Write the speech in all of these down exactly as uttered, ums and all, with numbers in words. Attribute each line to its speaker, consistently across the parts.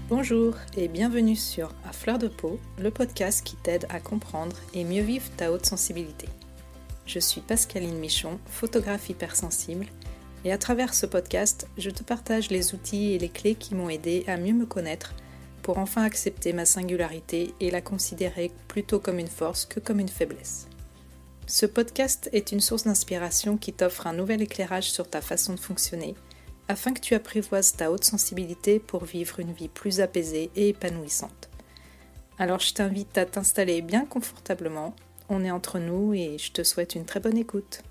Speaker 1: Bonjour et bienvenue sur À Fleur de Peau, le podcast qui t'aide à comprendre et mieux vivre ta haute sensibilité. Je suis Pascaline Michon, photographe hypersensible, et à travers ce podcast, je te partage les outils et les clés qui m'ont aidé à mieux me connaître pour enfin accepter ma singularité et la considérer plutôt comme une force que comme une faiblesse. Ce podcast est une source d'inspiration qui t'offre un nouvel éclairage sur ta façon de fonctionner, afin que tu apprivoises ta haute sensibilité pour vivre une vie plus apaisée et épanouissante. Alors je t'invite à t'installer bien confortablement, on est entre nous et je te souhaite une très bonne écoute.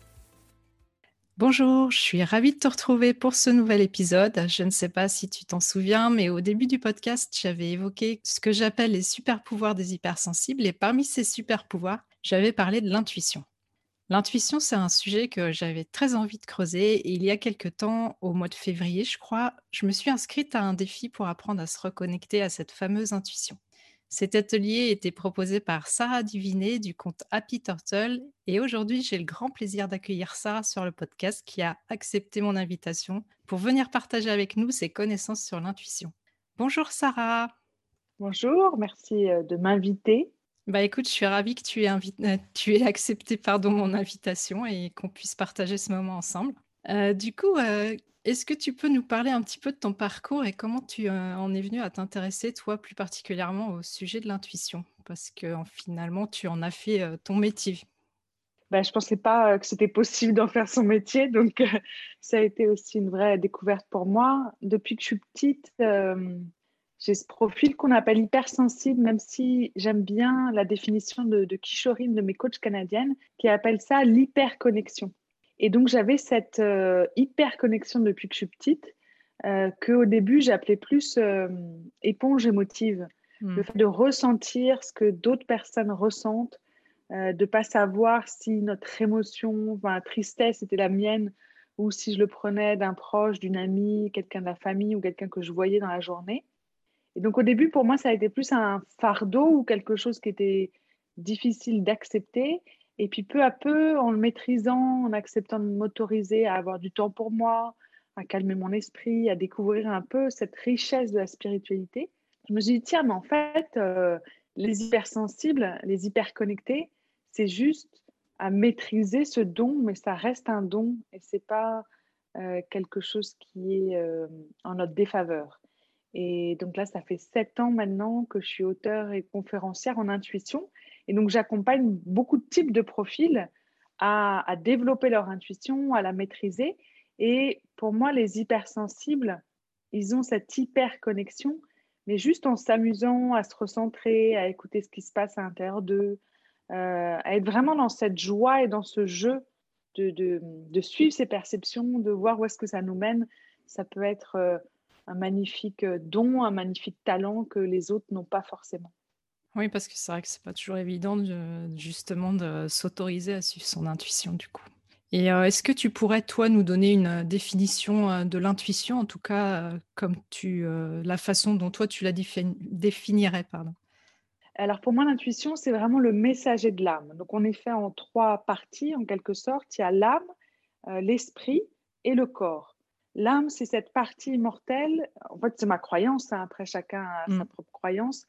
Speaker 1: Bonjour, je suis ravie de te retrouver pour ce nouvel épisode. Je ne sais pas si tu t'en souviens, mais au début du podcast, j'avais évoqué ce que j'appelle les super pouvoirs des hypersensibles et parmi ces super pouvoirs, j'avais parlé de l'intuition. L'intuition, c'est un sujet que j'avais très envie de creuser et il y a quelque temps, au mois de février, je crois, je me suis inscrite à un défi pour apprendre à se reconnecter à cette fameuse intuition. Cet atelier était proposé par Sarah Diviné du compte Happy Turtle et aujourd'hui, j'ai le grand plaisir d'accueillir Sarah sur le podcast qui a accepté mon invitation pour venir partager avec nous ses connaissances sur l'intuition. Bonjour Sarah.
Speaker 2: Bonjour, merci euh, de m'inviter.
Speaker 1: Bah écoute, je suis ravie que tu aies, invi- euh, tu aies accepté pardon, mon invitation et qu'on puisse partager ce moment ensemble. Euh, du coup, euh, est-ce que tu peux nous parler un petit peu de ton parcours et comment tu euh, en es venu à t'intéresser, toi, plus particulièrement au sujet de l'intuition? Parce que euh, finalement, tu en as fait euh, ton métier.
Speaker 2: Ben, je ne pensais pas euh, que c'était possible d'en faire son métier, donc euh, ça a été aussi une vraie découverte pour moi. Depuis que je suis petite, euh, j'ai ce profil qu'on appelle hypersensible, même si j'aime bien la définition de, de Kishore, une de mes coachs canadiennes, qui appelle ça l'hyperconnexion. Et donc j'avais cette euh, hyperconnexion depuis que je suis petite, euh, qu'au début j'appelais plus euh, éponge émotive.
Speaker 1: Hmm.
Speaker 2: Le fait de ressentir ce que d'autres personnes ressentent, euh, de ne pas savoir si notre émotion, enfin, la tristesse était la mienne ou si je le prenais d'un proche, d'une amie, quelqu'un de la famille ou quelqu'un que je voyais dans la journée. Et donc au début, pour moi, ça a été plus un fardeau ou quelque chose qui était difficile d'accepter. Et puis peu à peu, en le maîtrisant, en acceptant de m'autoriser à avoir du temps pour moi, à calmer mon esprit, à découvrir un peu cette richesse de la spiritualité, je me suis dit, tiens, mais en fait, euh, les hypersensibles, les hyperconnectés, c'est juste à maîtriser ce don, mais ça reste un don et c'est pas euh, quelque chose qui est euh, en notre défaveur. Et donc là, ça fait sept ans maintenant que je suis auteure et conférencière en intuition. Et donc, j'accompagne beaucoup de types de profils à, à développer leur intuition, à la maîtriser. Et pour moi, les hypersensibles, ils ont cette hyper connexion, mais juste en s'amusant à se recentrer, à écouter ce qui se passe à l'intérieur d'eux, euh, à être vraiment dans cette joie et dans ce jeu de, de, de suivre ses perceptions, de voir où est-ce que ça nous mène. Ça peut être euh, un magnifique don, un magnifique talent que les autres n'ont pas forcément.
Speaker 1: Oui, parce que c'est vrai que c'est pas toujours évident de, justement de s'autoriser à suivre son intuition du coup. Et euh, est-ce que tu pourrais, toi, nous donner une euh, définition euh, de l'intuition, en tout cas, euh, comme tu, euh, la façon dont toi, tu la défini- définirais, pardon.
Speaker 2: Alors pour moi, l'intuition, c'est vraiment le messager de l'âme. Donc on est fait en trois parties, en quelque sorte. Il y a l'âme, euh, l'esprit et le corps. L'âme, c'est cette partie immortelle, en fait c'est ma croyance, hein, après chacun a sa
Speaker 1: Mm.
Speaker 2: propre croyance,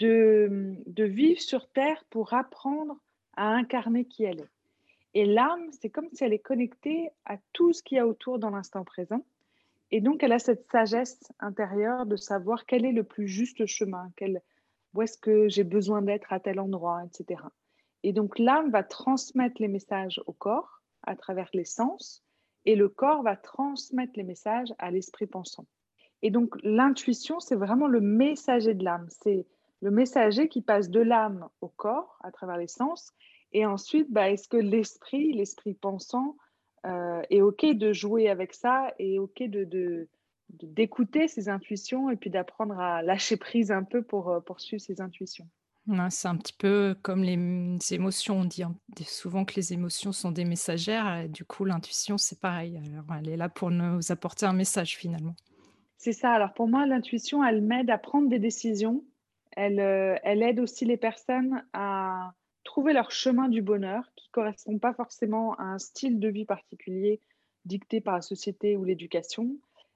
Speaker 2: de, de vivre sur Terre pour apprendre à incarner qui elle est. Et l'âme, c'est comme si elle est connectée à tout ce qu'il y a autour dans l'instant présent. Et donc, elle a cette sagesse intérieure de savoir quel est le plus juste chemin, quel, où est-ce que j'ai besoin d'être à tel endroit, et cetera. Et donc, l'âme va transmettre les messages au corps à travers les sens, et le corps va transmettre les messages à l'esprit pensant. Et donc, l'intuition, c'est vraiment le messager de l'âme. C'est le messager qui passe de l'âme au corps à travers les sens. Et ensuite, bah, est-ce que l'esprit, l'esprit pensant, euh, est OK de jouer avec ça et OK de, de, de- d'écouter ses intuitions et puis d'apprendre à lâcher prise un peu pour euh, poursuivre ses intuitions.
Speaker 1: Ouais, c'est un petit peu comme les m- émotions. On dit hein, des- souvent que les émotions sont des messagères. Et du coup, l'intuition, c'est pareil. Alors, elle est là pour nous apporter un message finalement.
Speaker 2: C'est ça. Alors pour moi, l'intuition, elle m'aide à prendre des décisions. Elle, euh, elle aide aussi les personnes à trouver leur chemin du bonheur qui ne correspond pas forcément à un style de vie particulier dicté par la société ou l'éducation.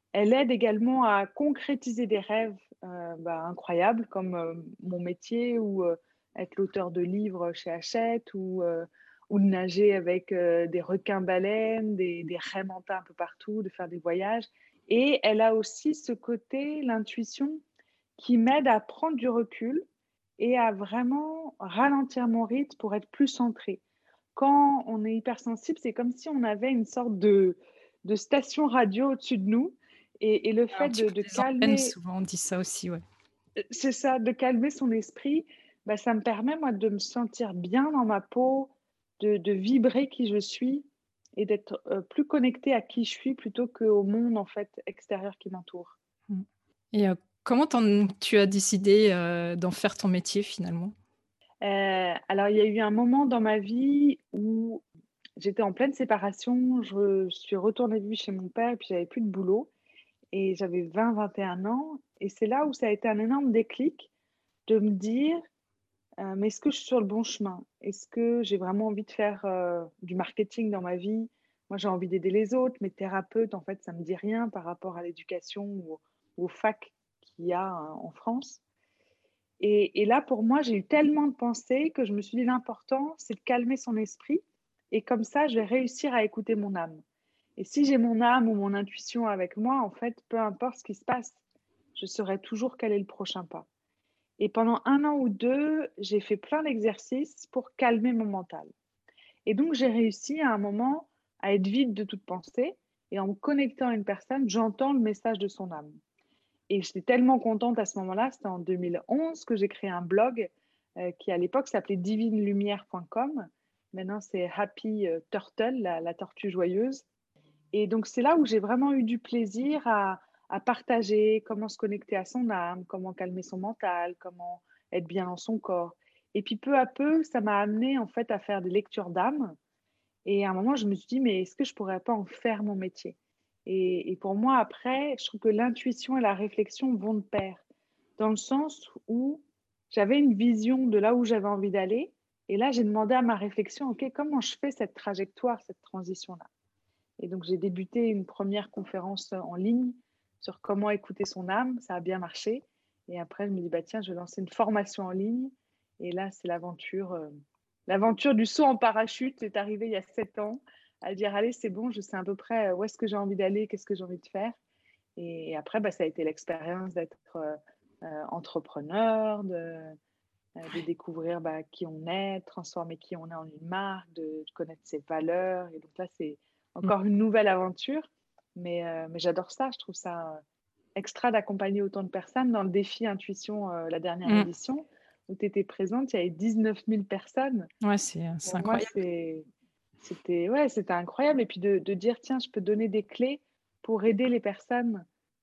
Speaker 2: Elle aide également à concrétiser des rêves euh, bah, incroyables, comme euh, mon métier, ou euh, être l'auteur de livres chez Hachette, ou, euh, ou de nager avec euh, des requins-baleines, des, des raies mantas un peu partout, de faire des voyages. Et elle a aussi ce côté, l'intuition, qui m'aide à prendre du recul et à vraiment ralentir mon rythme pour être plus centré. Quand on est hypersensible, c'est comme si on avait une sorte de, de station radio au-dessus de nous. Et, et le
Speaker 1: Un
Speaker 2: fait
Speaker 1: petit
Speaker 2: de,
Speaker 1: peu
Speaker 2: de
Speaker 1: des antennes,
Speaker 2: calmer,
Speaker 1: souvent on dit ça aussi, ouais.
Speaker 2: euh, c'est ça, de calmer son esprit, bah, ça me permet, moi, de me sentir bien dans ma peau, de, de vibrer qui je suis et d'être euh, plus connectée à qui je suis plutôt qu'au monde, en fait, extérieur qui m'entoure.
Speaker 1: Mmh. Et heu, comment t'en tu as décidé, heu, d'en faire ton métier finalement?
Speaker 2: Euh, alors, il y a eu un moment dans ma vie où j'étais en pleine séparation, je suis retournée vivre chez mon père et puis j'avais plus de boulot. Et j'avais vingt, vingt et un ans. Et c'est là où ça a été un énorme déclic de me dire, euh, mais est-ce que je suis sur le bon chemin? Est-ce que j'ai vraiment envie de faire euh, du marketing dans ma vie? Moi, j'ai envie d'aider les autres, mais thérapeute, en fait, ça me dit rien par rapport à l'éducation ou, ou aux facs qu'il y a euh, en France. Et, et là, pour moi, j'ai eu tellement de pensées que je me suis dit, l'important, c'est de calmer son esprit. Et comme ça, je vais réussir à écouter mon âme. Et si j'ai mon âme ou mon intuition avec moi, en fait, peu importe ce qui se passe, je saurai toujours quel est le prochain pas. Et pendant un an ou deux, j'ai fait plein d'exercices pour calmer mon mental. Et donc, j'ai réussi à un moment à être vide de toute pensée. Et en me connectant à une personne, j'entends le message de son âme. Et j'étais tellement contente à ce moment-là, c'était en deux mille onze que j'ai créé un blog euh, qui à l'époque s'appelait divine lumière point com. Maintenant, c'est Happy euh, Turtle, la, la tortue joyeuse. Et donc, c'est là où j'ai vraiment eu du plaisir à, à partager comment se connecter à son âme, comment calmer son mental, comment être bien dans son corps. Et puis, peu à peu, ça m'a amené en fait à faire des lectures d'âme. Et à un moment, je me suis dit, mais est-ce que je pourrais pas en faire mon métier? Et, et pour moi, après, je trouve que l'intuition et la réflexion vont de pair, dans le sens où j'avais une vision de là où j'avais envie d'aller. Et là, j'ai demandé à ma réflexion, OK, comment je fais cette trajectoire, cette transition-là? Et donc, j'ai débuté une première conférence en ligne sur comment écouter son âme. Ça a bien marché. Et après, je me dis, bah, tiens, je vais lancer une formation en ligne. Et là, c'est l'aventure. euh, L'aventure du saut en parachute est arrivée il y a sept ans, à dire, allez, c'est bon, je sais à peu près où est-ce que j'ai envie d'aller, qu'est-ce que j'ai envie de faire. Et après, bah, ça a été l'expérience d'être euh, euh, entrepreneur, de, euh, de découvrir bah, qui on est, transformer qui on est en une marque, de, de connaître ses valeurs. Et donc là, c'est
Speaker 1: Mmh.
Speaker 2: encore une nouvelle aventure. Mais, euh, mais j'adore ça, je trouve ça euh, extra d'accompagner autant de personnes. Dans le défi Intuition, euh, la dernière
Speaker 1: Mmh.
Speaker 2: édition, où tu étais présente, il y avait dix-neuf mille personnes.
Speaker 1: Ouais, c'est, heu, c'est
Speaker 2: Pour moi,
Speaker 1: incroyable.
Speaker 2: c'est, c'était, ouais, c'était incroyable. Et puis de, de dire, tiens, je peux donner des clés pour aider les personnes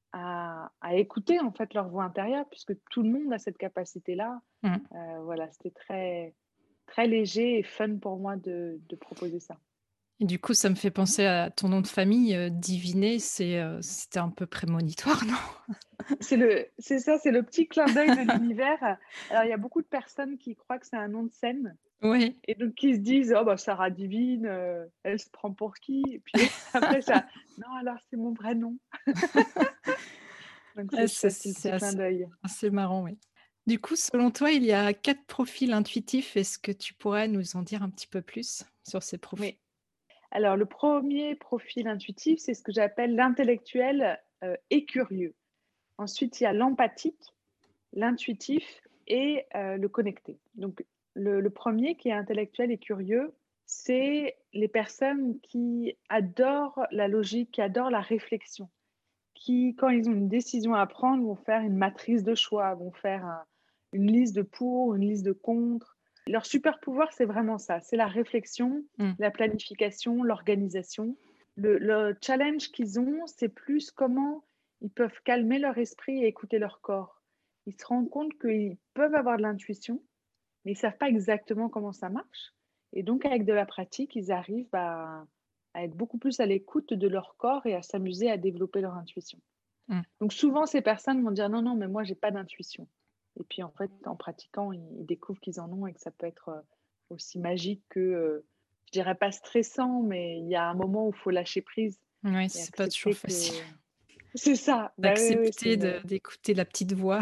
Speaker 2: à, à écouter en fait leur voix intérieure, puisque tout le monde a cette capacité-là.
Speaker 1: Mmh.
Speaker 2: Euh, voilà, c'était très, très léger et fun pour moi de, de proposer ça.
Speaker 1: Et du coup, ça me fait penser à ton nom de famille, heu, Diviné, c'est, heu, c'était un peu prémonitoire, non?
Speaker 2: C'est le, c'est ça, c'est le petit clin d'œil de l'univers. Alors, il y a beaucoup de personnes qui croient que c'est un nom de scène
Speaker 1: Oui.
Speaker 2: et donc qui se disent, oh bah Sarah Divine, euh, elle se prend pour qui? Et puis après ça, non, alors c'est mon vrai nom. Donc
Speaker 1: Ouais,
Speaker 2: c'est
Speaker 1: c'est
Speaker 2: chouette, c'est le
Speaker 1: c'est
Speaker 2: petit clin
Speaker 1: assez
Speaker 2: d'œil.
Speaker 1: assez marrant, oui. Du coup, selon toi, il y a quatre profils intuitifs. Est-ce que tu pourrais nous en dire un petit peu plus sur ces profils?
Speaker 2: Oui. Alors, le premier profil intuitif, c'est ce que j'appelle l'intellectuel euh, et curieux. Ensuite, il y a l'empathique, l'intuitif et euh, le connecté. Donc, le, le premier qui est intellectuel et curieux, c'est les personnes qui adorent la logique, qui adorent la réflexion, qui, quand ils ont une décision à prendre, vont faire une matrice de choix, vont faire un- une liste de pour, une liste de contre. Leur super pouvoir, c'est vraiment ça, c'est la réflexion,
Speaker 1: Mmh.
Speaker 2: la planification, l'organisation. Le, le challenge qu'ils ont, c'est plus comment ils peuvent calmer leur esprit et écouter leur corps. Ils se rendent compte qu'ils peuvent avoir de l'intuition, mais ils ne savent pas exactement comment ça marche. Et donc, avec de la pratique, ils arrivent à, à être beaucoup plus à l'écoute de leur corps et à s'amuser à développer leur intuition.
Speaker 1: Mmh.
Speaker 2: Donc, souvent, ces personnes vont dire non, non, mais moi, j'ai pas d'intuition. Et puis, en fait, en pratiquant, ils, ils découvrent qu'ils en ont et que ça peut être euh, aussi magique que, euh, je dirais pas stressant, mais il y a un moment où il faut lâcher prise
Speaker 1: Ouais,
Speaker 2: et
Speaker 1: c'est pas toujours
Speaker 2: accepter
Speaker 1: facile.
Speaker 2: que C'est ça. Bah, oui, oui, c'est
Speaker 1: d'accepter de
Speaker 2: une
Speaker 1: d'écouter la petite voix.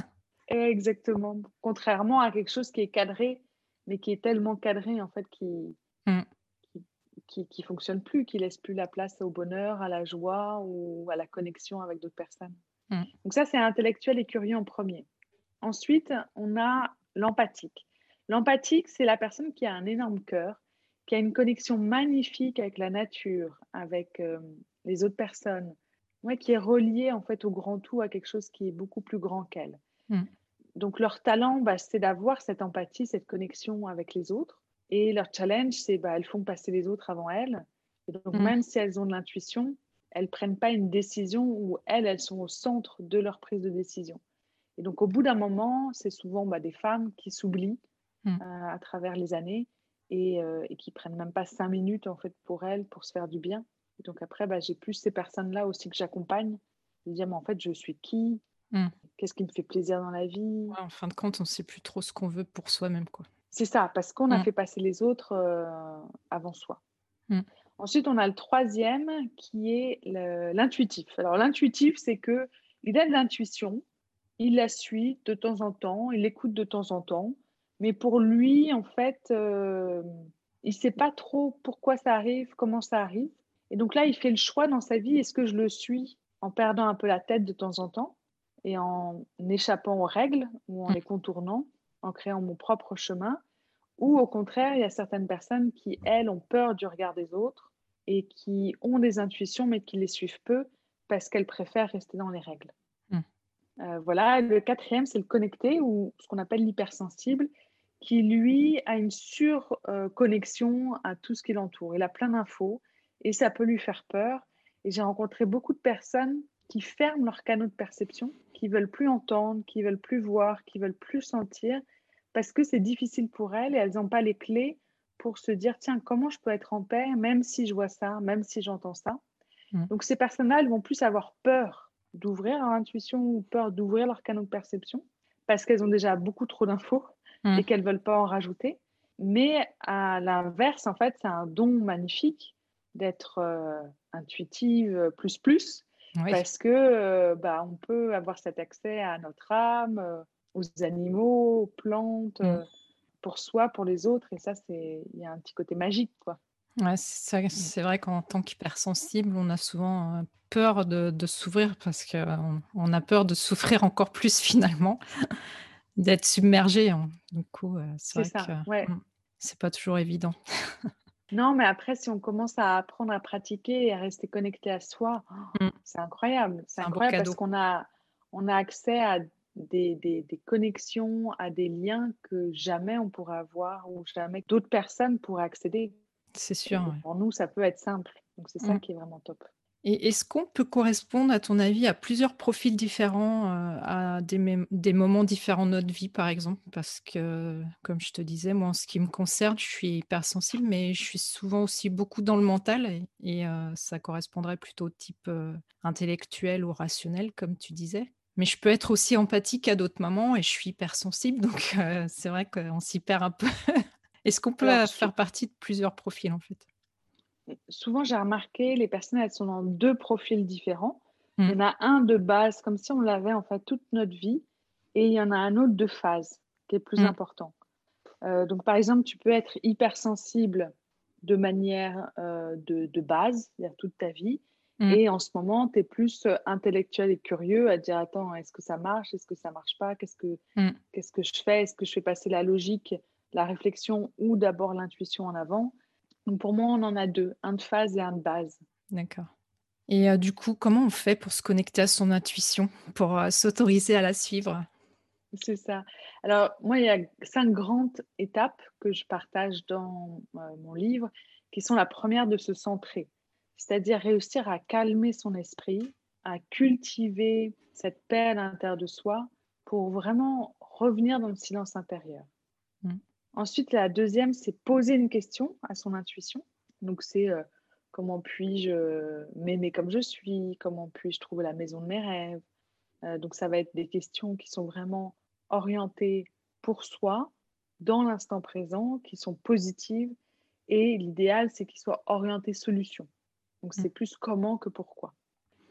Speaker 2: exactement. Contrairement à quelque chose qui est cadré, mais qui est tellement cadré, en fait, qui
Speaker 1: Mmh,
Speaker 2: qui qui qui fonctionne plus, qui laisse plus la place au bonheur, à la joie ou à la connexion avec d'autres personnes.
Speaker 1: mmh,
Speaker 2: Donc ça, c'est intellectuel et curieux en premier. Ensuite, on a l'empathique. L'empathique, c'est la personne qui a un énorme cœur, qui a une connexion magnifique avec la nature, avec, hem, les autres personnes. Ouais, qui est reliée, en fait, au grand tout, à quelque chose qui est beaucoup plus grand qu'elle.
Speaker 1: mmh,
Speaker 2: Donc leur talent, bah, c'est d'avoir cette empathie, cette connexion avec les autres et leur challenge, c'est, bah, elles font passer les autres avant elles et donc
Speaker 1: mmh,
Speaker 2: même si elles ont de l'intuition, elles prennent pas une décision où elles, elles sont au centre de leur prise de décision et donc au bout d'un moment, c'est souvent, bah, des femmes qui s'oublient,
Speaker 1: mmh.
Speaker 2: heu, à travers les années et heu et qui prennent même pas cinq minutes, en fait, pour elles, pour se faire du bien et donc après, bah, j'ai plus ces personnes-là aussi que j'accompagne, de dire: «Mais en fait, je suis qui?
Speaker 1: Mmh.
Speaker 2: Qu'est-ce qui me fait plaisir dans la vie?»
Speaker 1: Ouais, en fin de compte, on sait plus trop ce qu'on veut pour soi-même, quoi.
Speaker 2: C'est ça, parce qu'on a
Speaker 1: Mmh,
Speaker 2: fait passer les autres, heu, avant soi.
Speaker 1: mmh,
Speaker 2: Ensuite, on a le troisième qui est le l'intuitif. Alors l'intuitif, c'est qu'il a de l'intuition, il la suit de temps en temps, il l'écoute de temps en temps, mais pour lui, en fait, hem, il sait pas trop pourquoi ça arrive, comment ça arrive et donc là, il fait le choix dans sa vie, est-ce que je le suis en perdant un peu la tête de temps en temps et en échappant aux règles ou en
Speaker 1: mmh.
Speaker 2: les contournant, en créant mon propre chemin? Ou au contraire, il y a certaines personnes qui, elles, ont peur du regard des autres et qui ont des intuitions, mais qui les suivent peu parce qu'elles préfèrent rester dans les règles.
Speaker 1: Mmh.
Speaker 2: Heu, voilà, le quatrième, c'est le connecté ou ce qu'on appelle l'hypersensible qui, lui, a une sur, heu, connexion à tout ce qui l'entoure. Il a plein d'infos et ça peut lui faire peur et j'ai rencontré beaucoup de personnes qui ferment leurs canaux de perception, qui veulent plus entendre, qui veulent plus voir, qui veulent plus sentir parce que c'est difficile pour elles et elles n'ont pas les clés pour se dire: «Tiens, comment je peux être en paix même si je vois ça, même si j'entends ça?»
Speaker 1: Mmh.
Speaker 2: Donc ces personnes-là, elles vont plus avoir peur d'ouvrir leur intuition ou peur d'ouvrir leur canaux de perception parce qu'elles ont déjà beaucoup trop d'infos
Speaker 1: Mmh.
Speaker 2: et qu'elles veulent pas en rajouter. Mais à l'inverse, en fait, c'est un don magnifique d'être, heu, intuitive, heu, plus, plus
Speaker 1: Oui.
Speaker 2: parce que, heu, bah, on peut avoir cet accès à notre âme, heu, aux animaux, aux plantes,
Speaker 1: Mmh.
Speaker 2: heu, pour soi, pour les autres et ça, c'est il y a un petit côté magique, quoi.
Speaker 1: Ouais, c'est ça c'est vrai qu'en tant qu'hypersensible, on a souvent, heu, peur de de s'ouvrir parce qu'on on a peur de souffrir encore plus finalement, d'être submergé, hein. Du coup, heu, c'est
Speaker 2: C'est
Speaker 1: vrai que,
Speaker 2: ça, ouais.
Speaker 1: mmh, c'est pas toujours évident.
Speaker 2: Non, mais après, si on commence à apprendre à pratiquer et à rester connecté à soi, oh,
Speaker 1: Mmh.
Speaker 2: c'est incroyable. C'est
Speaker 1: C'est un beau
Speaker 2: incroyable parce
Speaker 1: cadeau.
Speaker 2: qu'on a on a accès à des des des connexions, à des liens que jamais on pourrait avoir ou jamais d'autres personnes pourraient accéder
Speaker 1: C'est
Speaker 2: et
Speaker 1: sûr,
Speaker 2: que
Speaker 1: ouais.
Speaker 2: pour nous, ça peut être simple. Donc c'est ça
Speaker 1: Mmh.
Speaker 2: qui est vraiment top.
Speaker 1: Et est-ce qu'on peut correspondre, à ton avis, à plusieurs profils différents, heu, à des mém des moments différents de notre vie, par exemple? Parce que, comme je te disais, moi, en ce qui me concerne, je suis hypersensible, mais je suis souvent aussi beaucoup dans le mental et et heu, ça correspondrait plutôt au type, heu, intellectuel ou rationnel, comme tu disais. Mais je peux être aussi empathique à d'autres moments et je suis hypersensible, donc heu, c'est vrai qu'on s'y perd un peu. Est-ce qu'on peut,
Speaker 2: Alors
Speaker 1: heu,
Speaker 2: sou
Speaker 1: faire partie de plusieurs profils, en fait?
Speaker 2: souvent, j'ai remarqué, les personnes, elles sont dans deux profils différents. Il
Speaker 1: Mmh,
Speaker 2: y en a un de base, comme si on l'avait en fait toute notre vie et il y en a un autre de phase qui est plus
Speaker 1: mmh,
Speaker 2: important. Heu, donc par exemple, tu peux être hypersensible de manière, heu, de de base, c'est-à-dire toute ta vie
Speaker 1: mmh,
Speaker 2: et en ce moment, tu es plus, heu, intellectuel et curieux à dire: «Attends, est-ce que ça marche? Est-ce que ça marche pas? Qu'est-ce que
Speaker 1: mmh.
Speaker 2: qu'est-ce que je fais? Est-ce que je fais passer la logique, la réflexion ou d'abord l'intuition en avant?» Donc pour moi, on en a deux, un de phase et un de base.
Speaker 1: D'accord. Et heu, du coup, comment on fait pour se connecter à son intuition? Pour, heu, s'autoriser à la suivre?
Speaker 2: C'est ça. Alors moi, il y a cinq grandes étapes que je partage dans, heu, mon livre, qui sont la première de se centrer. C'est-à-dire réussir à calmer son esprit, à cultiver cette paix à l'intérieur de soi pour vraiment revenir dans le silence intérieur.
Speaker 1: Mmh,
Speaker 2: Ensuite, la deuxième, c'est poser une question à son intuition. Donc c'est, heu: «Comment puis-je, heu, m'aimer comme je suis? Comment puis-je trouver la maison de mes rêves?» Heu, donc ça va être des questions qui sont vraiment orientées pour soi, dans l'instant présent, qui sont positives et l'idéal, c'est qu'ils soient orientés solution. Donc
Speaker 1: mmh.
Speaker 2: c'est plus comment que pourquoi.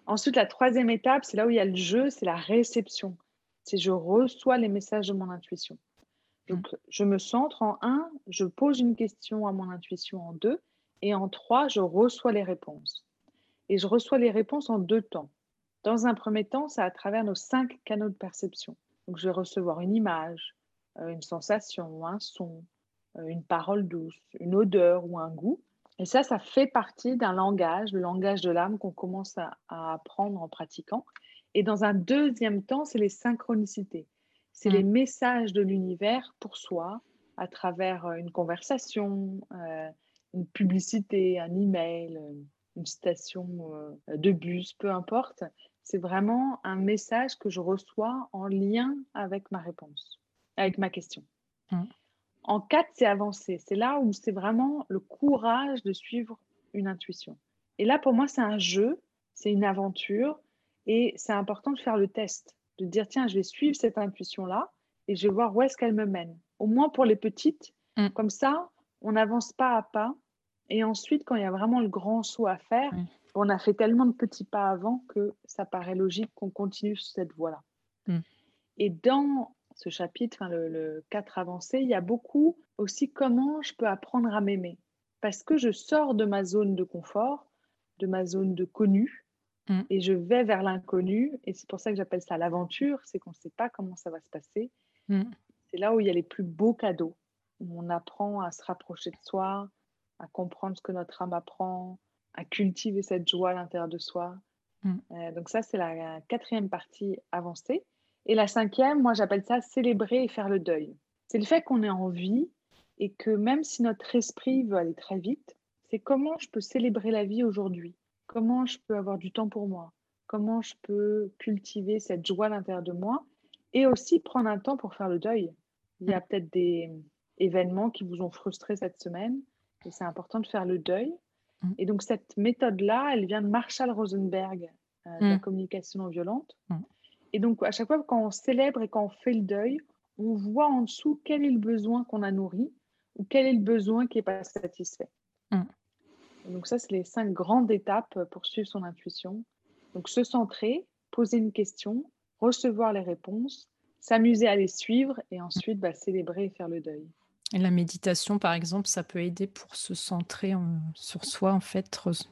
Speaker 2: Ensuite, la troisième étape, c'est là où il y a le jeu, c'est la réception. C'est je reçois les messages de mon intuition.
Speaker 1: Mmh.
Speaker 2: Donc, je me centre en un, je pose une question à mon intuition en deux, et en trois, je reçois les réponses. Et je reçois les réponses en deux temps. Dans un premier temps, c'est à travers nos cinq canaux de perception. Donc, je vais recevoir une image, euh, une sensation, un son, euh, une parole douce, une odeur ou un goût. Et ça, ça fait partie d'un langage, le langage de l'âme qu'on commence à, à apprendre en pratiquant. Et dans un deuxième temps, c'est les synchronicités. C'est
Speaker 1: Mmh.
Speaker 2: les messages de l'univers pour soi à travers euh, une conversation, euh, une publicité, un email, euh, une station euh, de bus, peu importe. C'est vraiment un message que je reçois en lien avec ma réponse, avec ma question.
Speaker 1: Mmh.
Speaker 2: En quatre, c'est avancé. C'est là où c'est vraiment le courage de suivre une intuition. Et là, pour moi, c'est un jeu, c'est une aventure et c'est important de faire le test, de dire, tiens, je vais suivre cette intuition-là et je vais voir où est-ce qu'elle me mène. Au moins pour les petites,
Speaker 1: Mmh.
Speaker 2: comme ça, on avance pas à pas. Et ensuite, quand il y a vraiment le grand saut à faire,
Speaker 1: Mmh.
Speaker 2: on a fait tellement de petits pas avant que ça paraît logique qu'on continue sur cette voie-là.
Speaker 1: Mmh.
Speaker 2: Et dans ce chapitre, enfin, le, le quatre avancé, il y a beaucoup aussi comment je peux apprendre à m'aimer. Parce que je sors de ma zone de confort, de ma zone de connu,
Speaker 1: Mmh.
Speaker 2: et je vais vers l'inconnu. Et c'est pour ça que j'appelle ça l'aventure, c'est qu'on ne sait pas comment ça va se passer.
Speaker 1: Mmh.
Speaker 2: C'est là où il y a les plus beaux cadeaux, où on apprend à se rapprocher de soi, à comprendre ce que notre âme apprend, à cultiver cette joie à l'intérieur de soi.
Speaker 1: Mmh.
Speaker 2: Euh, donc ça, c'est la quatrième partie avancée. Et la cinquième, moi, j'appelle ça célébrer et faire le deuil. C'est le fait qu'on est en vie et que même si notre esprit veut aller très vite, c'est comment je peux célébrer la vie aujourd'hui, comment je peux avoir du temps pour moi, comment je peux cultiver cette joie à l'intérieur de moi et aussi prendre un temps pour faire le deuil. Il y
Speaker 1: Mmh.
Speaker 2: a peut-être des événements qui vous ont frustré cette semaine et c'est important de faire le deuil.
Speaker 1: Mmh.
Speaker 2: Et donc cette méthode-là, elle vient de Marshall Rosenberg, euh, de la
Speaker 1: Mmh.
Speaker 2: communication non violente.
Speaker 1: Mmh.
Speaker 2: Et donc, à chaque fois, quand on célèbre et quand on fait le deuil, on voit en dessous quel est le besoin qu'on a nourri ou quel est le besoin qui n'est pas satisfait.
Speaker 1: Mmh.
Speaker 2: Et donc, ça, c'est les cinq grandes étapes pour suivre son intuition. Donc, se centrer, poser une question, recevoir les réponses, s'amuser à les suivre et ensuite bah, célébrer et faire le deuil.
Speaker 1: Et la méditation, par exemple, ça peut aider pour se centrer en sur soi, en fait, res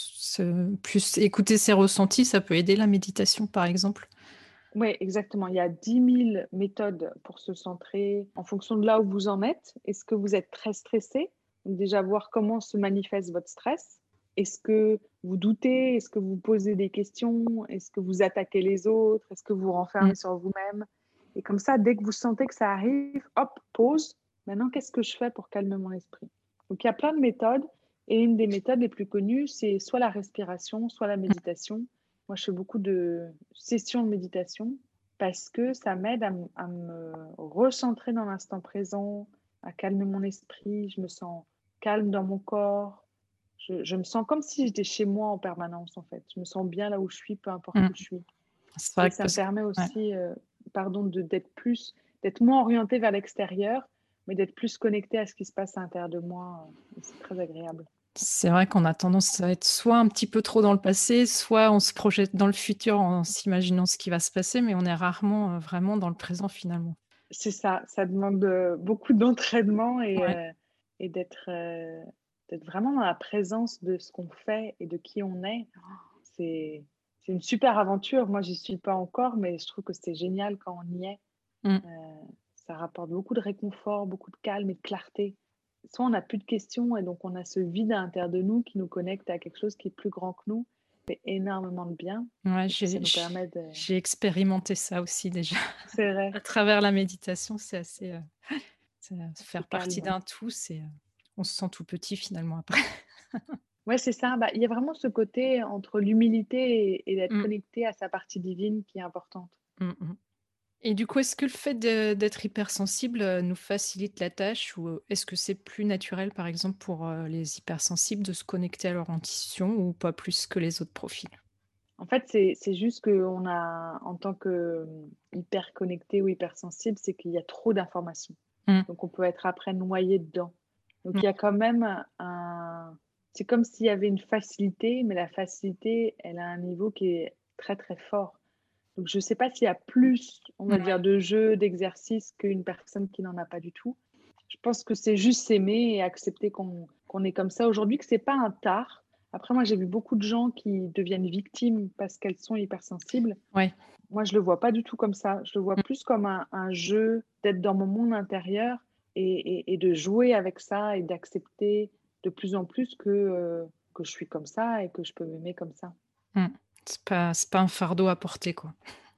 Speaker 1: se plus écouter ses ressentis, ça peut aider la méditation, par exemple?
Speaker 2: Oui, exactement. Il y a dix mille méthodes pour se centrer en fonction de là où vous en êtes. Est-ce que vous êtes très stressé? Donc déjà voir comment se manifeste votre stress. Est-ce que vous doutez? Est-ce que vous posez des questions? Est-ce que vous attaquez les autres? Est-ce que vous vous
Speaker 1: Mmh.
Speaker 2: renfermez sur vous-même? Et comme ça, dès que vous sentez que ça arrive, hop, pause. Maintenant, qu'est-ce que je fais pour calmer mon esprit? Donc il y a plein de méthodes. Et une des méthodes les plus connues, c'est soit la respiration, soit la méditation. Moi, je fais beaucoup de sessions de méditation parce que ça m'aide à, m- à me recentrer dans l'instant présent, à calmer mon esprit. Je me sens calme dans mon corps. Je, je me sens comme si j'étais chez moi en permanence, en fait. Je me sens bien là où je suis, peu importe
Speaker 1: Mmh.
Speaker 2: où je suis.
Speaker 1: C'est
Speaker 2: Et
Speaker 1: vrai que
Speaker 2: ça me
Speaker 1: parce
Speaker 2: permet
Speaker 1: ouais.
Speaker 2: aussi, euh, pardon, de, d'être plus, d'être moins orientée vers l'extérieur, mais d'être plus connectée à ce qui se passe à l'intérieur de moi. euh, et c'est très agréable.
Speaker 1: C'est vrai qu'on a tendance à être soit un petit peu trop dans le passé, soit on se projette dans le futur en s'imaginant ce qui va se passer, mais on est rarement, heu, vraiment dans le présent, finalement.
Speaker 2: C'est ça, ça demande, heu, beaucoup d'entraînement et
Speaker 1: Ouais.
Speaker 2: heu et d'être, heu, d'être vraiment dans la présence de ce qu'on fait et de qui on est. C'est c'est une super aventure. Moi, j'y suis pas encore, mais je trouve que c'est génial quand on y est.
Speaker 1: Mmh.
Speaker 2: Heu, Ça rapporte beaucoup de réconfort, beaucoup de calme et de clarté. Soit on n'a plus de questions et donc on a ce vide à l'intérieur de nous qui nous connecte à quelque chose qui est plus grand que nous, fait énormément de bien
Speaker 1: Ouais,
Speaker 2: et puis ça
Speaker 1: j'ai
Speaker 2: nous
Speaker 1: j
Speaker 2: permet de
Speaker 1: j'ai expérimenté ça aussi déjà.
Speaker 2: c'est vrai,
Speaker 1: À travers la méditation, c'est assez, heu, c'est
Speaker 2: c'est
Speaker 1: faire partie
Speaker 2: calme.
Speaker 1: d'un tout, c'est, heu, on se sent tout petit finalement après.
Speaker 2: Ouais, c'est ça. Bah, il y a vraiment ce côté entre l'humilité et, et d'être
Speaker 1: Mmh.
Speaker 2: connecté à sa partie divine qui est importante.
Speaker 1: Mmh mh. Et du coup, est-ce que le fait de d'être hypersensible, heu, nous facilite la tâche ou, heu, est-ce que c'est plus naturel, par exemple, pour, heu, les hypersensibles de se connecter à leur intuition ou pas plus que les autres profils?
Speaker 2: En fait, c'est, c'est juste qu'on a, en tant que hum, hyper connecté ou hypersensible, c'est qu'il y a trop d'informations.
Speaker 1: Mmh.
Speaker 2: Donc, on peut être après noyé dedans. Donc,
Speaker 1: Ouais.
Speaker 2: il y a quand même un, c'est comme s'il y avait une facilité, mais la facilité, elle a un niveau qui est très, très fort. Donc je ne sais pas s'il y a plus, on va dire,
Speaker 1: Ouais.
Speaker 2: de jeux, d'exercices qu'une personne qui n'en a pas du tout. Je pense que c'est juste s'aimer et accepter qu'on qu'on est comme ça aujourd'hui, que c'est pas un tard. Après, moi, j'ai vu beaucoup de gens qui deviennent victimes parce qu'elles sont hypersensibles.
Speaker 1: Ouais.
Speaker 2: Moi, je le vois pas du tout comme ça. Je le vois
Speaker 1: Mmh.
Speaker 2: plus comme un, un jeu, d'être dans mon monde intérieur et, et- et de jouer avec ça et d'accepter de plus en plus que, euh, que je suis comme ça et que je peux m'aimer comme ça.
Speaker 1: Mmh. C'est pas c'est pas un fardeau à porter, quoi.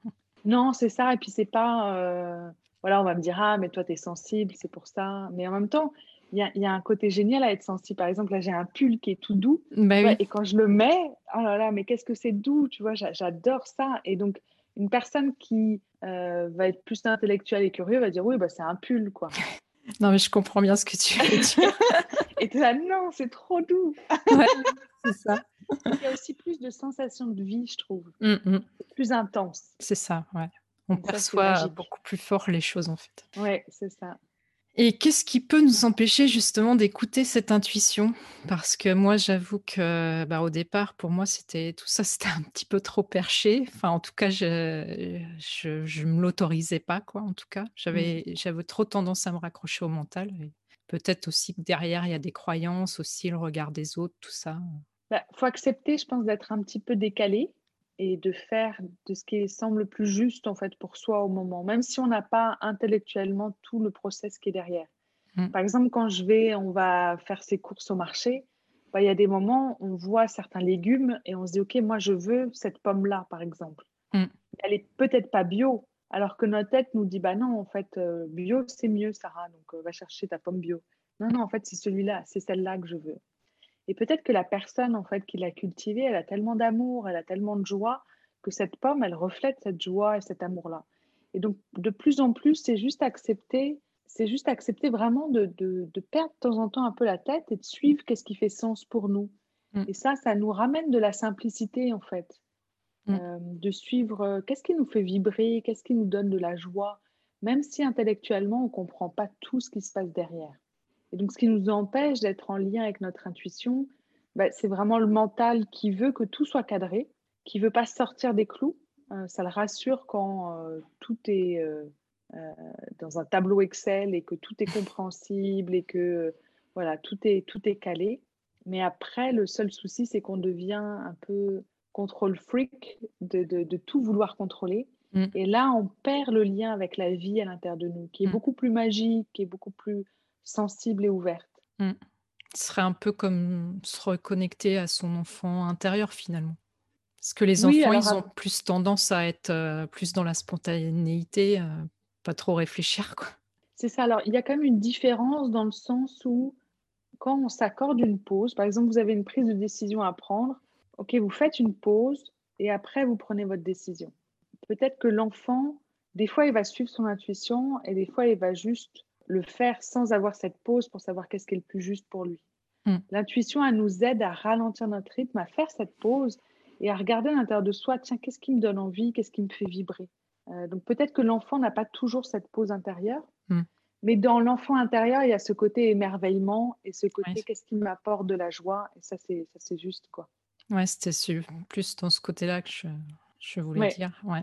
Speaker 2: Non, c'est ça. Et puis, c'est pas. euh, Voilà, on va me dire, ah, mais toi, tu es sensible, c'est pour ça. Mais en même temps, il y a, il y a un côté génial à être sensible. Par exemple, là, j'ai un pull qui est tout doux.
Speaker 1: Bah
Speaker 2: Tu vois,
Speaker 1: oui.
Speaker 2: et quand je le mets, oh là là, mais qu'est-ce que c'est doux, tu vois, j'a- j'adore ça. Et donc, une personne qui euh, va être plus intellectuelle et curieuse va dire, oui, bah, c'est un pull, quoi.
Speaker 1: Non, mais je comprends bien ce que tu veux dire.
Speaker 2: Et tu es là, non, c'est trop doux.
Speaker 1: Ouais, c'est ça.
Speaker 2: Donc, il y a aussi plus de sensations de vie, je trouve,
Speaker 1: Mmh mh.
Speaker 2: plus intense.
Speaker 1: C'est ça, ouais. On
Speaker 2: Et ça, c'est
Speaker 1: perçoit
Speaker 2: magique.
Speaker 1: beaucoup plus fort les choses, en fait.
Speaker 2: Ouais, c'est ça.
Speaker 1: Et qu'est-ce qui peut nous empêcher justement d'écouter cette intuition? Parce que moi, j'avoue que, bah, au départ, pour moi, c'était tout ça, c'était un petit peu trop perché. Enfin, en tout cas, je je je me l'autorisais pas, quoi, en tout cas.
Speaker 2: Mm.
Speaker 1: J'avais j'avais trop tendance à me raccrocher au mental et peut-être aussi que derrière, il y a des croyances aussi, le regard des autres, tout ça.
Speaker 2: Bah, faut accepter, je pense, d'être un petit peu décalé et de faire de ce qui semble le plus juste, en fait, pour soi au moment, même si on n'a pas intellectuellement tout le process qui est derrière.
Speaker 1: Mmh,
Speaker 2: Par exemple, quand je vais on va faire ses courses au marché, bah, il y a des moments, on voit certains légumes et on se dit: «OK, moi, je veux cette pomme-là», par exemple.
Speaker 1: mmh,
Speaker 2: Elle est peut-être pas bio, alors que notre tête nous dit: «Bah non, en fait, heu, bio, c'est mieux Sarah, donc heu, va chercher ta pomme bio». Non, non, en fait, c'est celui-là, c'est celle-là que je veux. Et peut-être que la personne, en fait, qui l'a cultivée, elle a tellement d'amour, elle a tellement de joie que cette pomme, elle reflète cette joie et cet amour-là. Et donc, de plus en plus, c'est juste accepter, c'est juste accepter vraiment de, de, de perdre de temps en temps un peu la tête et de suivre qu'est-ce qui fait sens pour nous.
Speaker 1: mmh,
Speaker 2: Et ça, ça nous ramène de la simplicité, en fait,
Speaker 1: mmh.
Speaker 2: euh, de suivre euh, qu'est-ce qui nous fait vibrer, qu'est-ce qui nous donne de la joie, même si intellectuellement, on ne comprend pas tout ce qui se passe derrière. Et donc, ce qui nous empêche d'être en lien avec notre intuition, bah, c'est vraiment le mental qui veut que tout soit cadré, qui veut pas sortir des clous. Euh, ça le rassure quand euh, tout est euh, euh, dans un tableau Excel et que tout est compréhensible et que euh, voilà, tout est, tout est calé. Mais après, le seul souci, c'est qu'on devient un peu contrôle freak de, de, de tout vouloir contrôler.
Speaker 1: Mmh,
Speaker 2: Et là, on perd le lien avec la vie à l'intérieur de nous, qui est
Speaker 1: mmh,
Speaker 2: beaucoup plus magique, qui est beaucoup plus sensible et ouverte.
Speaker 1: mmh. Ce serait un peu comme se reconnecter à son enfant intérieur, finalement. Parce que les
Speaker 2: Oui,
Speaker 1: enfants,
Speaker 2: alors
Speaker 1: ils ont
Speaker 2: ap
Speaker 1: plus tendance à être, heu, plus dans la spontanéité, heu, pas trop réfléchir, quoi.
Speaker 2: c'est ça. Alors, il y a quand même une différence dans le sens où quand on s'accorde une pause, par exemple, vous avez une prise de décision à prendre, OK, vous faites une pause et après vous prenez votre décision. Peut-être que l'enfant, des fois, il va suivre son intuition et des fois, il va juste le faire sans avoir cette pause pour savoir qu'est-ce qui est le plus juste pour lui.
Speaker 1: Mmh,
Speaker 2: L'intuition, elle nous aide à ralentir notre rythme, à faire cette pause et à regarder à l'intérieur de soi, tiens, qu'est-ce qui me donne envie, qu'est-ce qui me fait vibrer. Euh, donc peut-être que l'enfant n'a pas toujours cette pause intérieure,
Speaker 1: mmh,
Speaker 2: mais dans l'enfant intérieur, il y a ce côté émerveillement et ce
Speaker 1: ouais,
Speaker 2: côté qu'est-ce qui m'apporte de la joie. Et ça, c'est ça, c'est juste, quoi.
Speaker 1: ouais, c'était su plus dans ce côté-là que je je voulais
Speaker 2: Ouais.
Speaker 1: dire, ouais.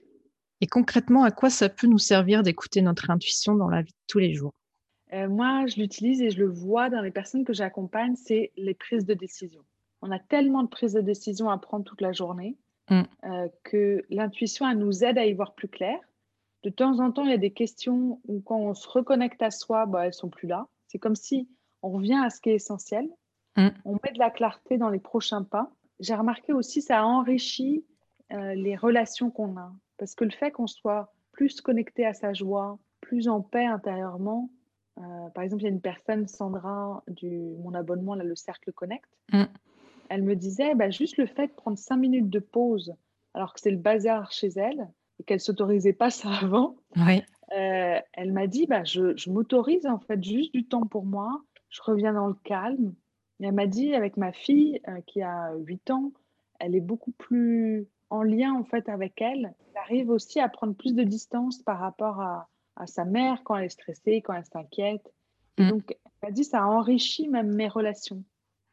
Speaker 1: Et concrètement, à quoi ça peut nous servir d'écouter notre intuition dans la vie de tous les jours?
Speaker 2: Euh, moi, je l'utilise et je le vois dans les personnes que j'accompagne, c'est les prises de décision. On a tellement de prises de décision à prendre toute la journée
Speaker 1: Mmh,
Speaker 2: euh, que l'intuition, elle nous aide à y voir plus clair. De temps en temps, il y a des questions où quand on se reconnecte à soi, bah, elles sont plus là. C'est comme si on revient à ce qui est essentiel.
Speaker 1: mmh,
Speaker 2: On met de la clarté dans les prochains pas. J'ai remarqué aussi, ça enrichit euh, les relations qu'on a. Parce que le fait qu'on soit plus connecté à sa joie, plus en paix intérieurement, euh, par exemple, il y a une personne, Sandra, du mon abonnement, là, le Cercle Connect,
Speaker 1: mmh,
Speaker 2: elle me disait, bah, juste le fait de prendre cinq minutes de pause, alors que c'est le bazar chez elle, et qu'elle s'autorisait pas ça avant,
Speaker 1: ouais,
Speaker 2: euh, elle m'a dit, bah, je, je m'autorise en fait juste du temps pour moi, je reviens dans le calme. Et elle m'a dit, avec ma fille euh, qui a huit ans, elle est beaucoup plus en lien en fait avec elle. Elle arrive aussi à prendre plus de distance par rapport à, à sa mère quand elle est stressée, quand elle s'inquiète. Et
Speaker 1: mmh.
Speaker 2: donc, elle m'a dit, ça enrichit même mes relations.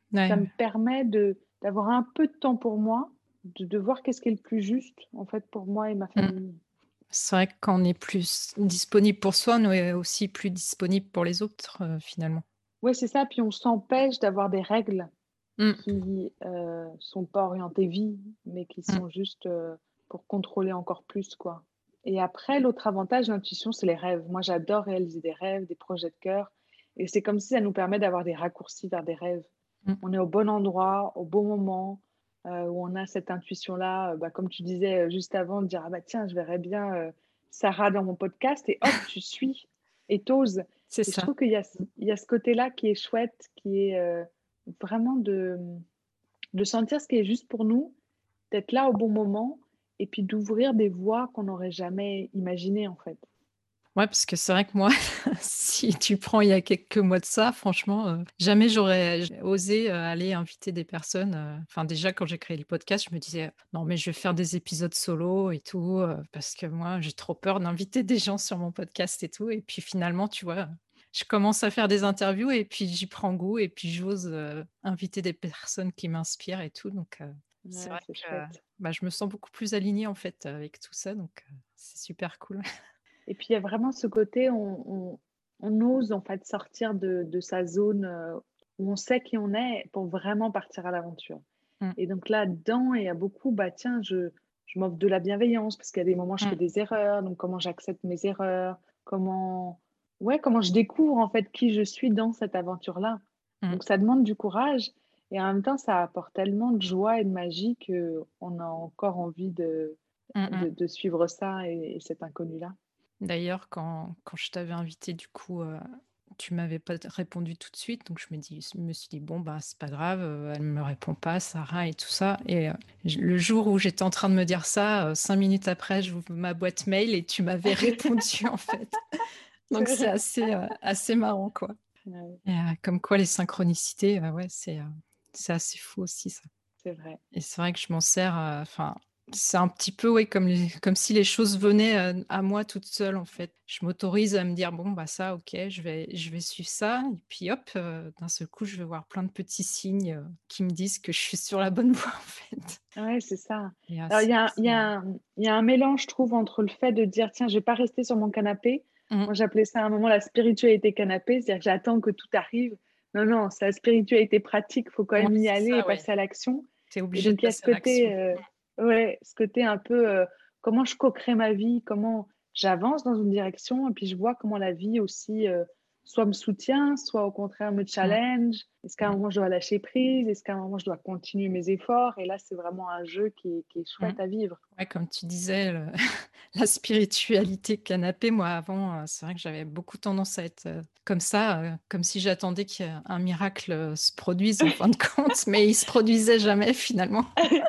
Speaker 1: Ouais,
Speaker 2: Ça me
Speaker 1: ouais.
Speaker 2: permet de d'avoir un peu de temps pour moi, de de voir qu'est-ce qui est le plus juste, en fait, pour moi et ma
Speaker 1: Mmh.
Speaker 2: famille.
Speaker 1: C'est vrai que quand on est plus disponible pour soi, on est aussi plus disponible pour les autres, heu, finalement.
Speaker 2: Ouais, c'est ça, puis on s'empêche d'avoir des règles
Speaker 1: Mmh.
Speaker 2: qui, heu, sont pas orientées vie, mais qui
Speaker 1: Mmh.
Speaker 2: sont juste, heu, pour contrôler encore plus, quoi. Et après, l'autre avantage de l'intuition, c'est les rêves. Moi, j'adore réaliser des rêves, des projets de cœur et c'est comme si ça nous permet d'avoir des raccourcis vers des rêves.
Speaker 1: Mmh.
Speaker 2: On est au bon endroit, au bon moment, heu, où on a cette intuition-là, heu, bah, comme tu disais, heu, juste avant, de dire: «Ah bah tiens, je verrais bien, heu, Sarah dans mon podcast» et hop, tu suis et tu oses.
Speaker 1: C'est
Speaker 2: Et je
Speaker 1: ça.
Speaker 2: trouve qu'il y a ce il y a ce côté-là qui est chouette, qui est, heu, vraiment de, mmh, de sentir ce qui est juste pour nous, d'être là au bon moment et puis d'ouvrir des voies qu'on n'aurait jamais imaginées, en fait.
Speaker 1: Ouais, parce que c'est vrai que moi, si tu prends il y a quelques mois de ça, franchement, heu, jamais j'aurais j osé, heu, aller inviter des personnes, heu, enfin déjà quand j'ai créé le podcast, je me disais: «Non mais je vais faire des épisodes solo et tout, heu, parce que moi j'ai trop peur d'inviter des gens sur mon podcast et tout» et puis finalement, tu vois, je commence à faire des interviews et puis j'y prends goût et puis j'ose, heu, inviter des personnes qui m'inspirent et tout donc heu, c'est
Speaker 2: Ouais,
Speaker 1: vrai
Speaker 2: c'est
Speaker 1: que,
Speaker 2: chouette.
Speaker 1: bah, je me sens beaucoup plus alignée en fait, avec tout ça donc heu, c'est super cool.
Speaker 2: Et puis il y a vraiment ce côté, on on on ose en fait sortir de de sa zone, heu, où on sait qui on est pour vraiment partir à l'aventure.
Speaker 1: Mmh.
Speaker 2: Et donc là-dedans, il y a beaucoup, bah, tiens, je je m'offre de la bienveillance parce qu'il y a des moments, je fais
Speaker 1: Mmh.
Speaker 2: des erreurs, donc comment j'accepte mes erreurs, comment ouais, comment je découvre en fait qui je suis dans cette aventure-là.
Speaker 1: Mmh.
Speaker 2: Donc ça demande du courage et en même temps, ça apporte tellement de joie et de magie qu'on a encore envie de
Speaker 1: Mmh
Speaker 2: de
Speaker 1: mh.
Speaker 2: de suivre ça et et cet inconnu-là.
Speaker 1: D'ailleurs, quand quand je t'avais invité, du coup, heu, tu m'avais pas t répondu tout de suite, donc je me dis je me suis dit: «Bon, bah, c'est pas grave, heu, elle me répond pas, Sarah et tout ça» et heu, j le jour où j'étais en train de me dire ça, heu, cinq minutes après, j'ouvre ma boîte mail et tu m'avais répondu, en fait.
Speaker 2: C'est
Speaker 1: Donc c'est
Speaker 2: vrai.
Speaker 1: assez, heu, assez marrant, quoi
Speaker 2: Ouais,
Speaker 1: et heu, comme quoi les synchronicités, heu, ouais, c'est, heu, c'est assez fou aussi ça.
Speaker 2: c'est vrai.
Speaker 1: Et c'est vrai que je m'en sers, heu, enfin, c'est un petit peu, ouais, comme les comme si les choses venaient, heu, à moi toute seule, en fait. Je m'autorise à me dire: «Bon, bah, ça, OK, je vais je vais suivre ça» et puis hop, heu, d'un seul coup, je vais voir plein de petits signes, heu, qui me disent que je suis sur la bonne voie, en fait
Speaker 2: Ouais, c'est ça.
Speaker 1: et heu,
Speaker 2: Alors il
Speaker 1: c'est
Speaker 2: y a il y
Speaker 1: assez, heu
Speaker 2: a, mmh, il y a un mélange, je trouve, entre le fait de dire: «Tiens, je vais pas rester sur mon canapé».
Speaker 1: mmh,
Speaker 2: Moi, j'appelais ça à un moment la spiritualité canapé, c'est-à-dire que j'attends que tout arrive. Non, non, c'est la spiritualité pratique, il faut quand
Speaker 1: ouais,
Speaker 2: même y
Speaker 1: c'est
Speaker 2: aller et
Speaker 1: ça, ouais.
Speaker 2: passer à l'action
Speaker 1: Tu es
Speaker 2: et
Speaker 1: obligé de
Speaker 2: donc il y a ce
Speaker 1: passer à l'action.
Speaker 2: côté, heu, ouais, ce côté un peu, heu, comment je co-crée ma vie, comment j'avance dans une direction et puis je vois comment la vie aussi, heu, soit me soutient, soit au contraire me
Speaker 1: Mmh,
Speaker 2: challenge. Est-ce qu'à un
Speaker 1: mmh,
Speaker 2: moment je dois lâcher prise? Est-ce qu'à un moment je dois continuer mes efforts? Et là, c'est vraiment un jeu qui est qui est
Speaker 1: mmh.
Speaker 2: chouette à vivre.
Speaker 1: Ouais, comme tu disais, le la spiritualité canapé, moi, avant, heu, c'est vrai que j'avais beaucoup tendance à être, heu, comme ça, heu, comme si j'attendais qu'un miracle, heu, se produise en fin de compte, mais il se produisait jamais finalement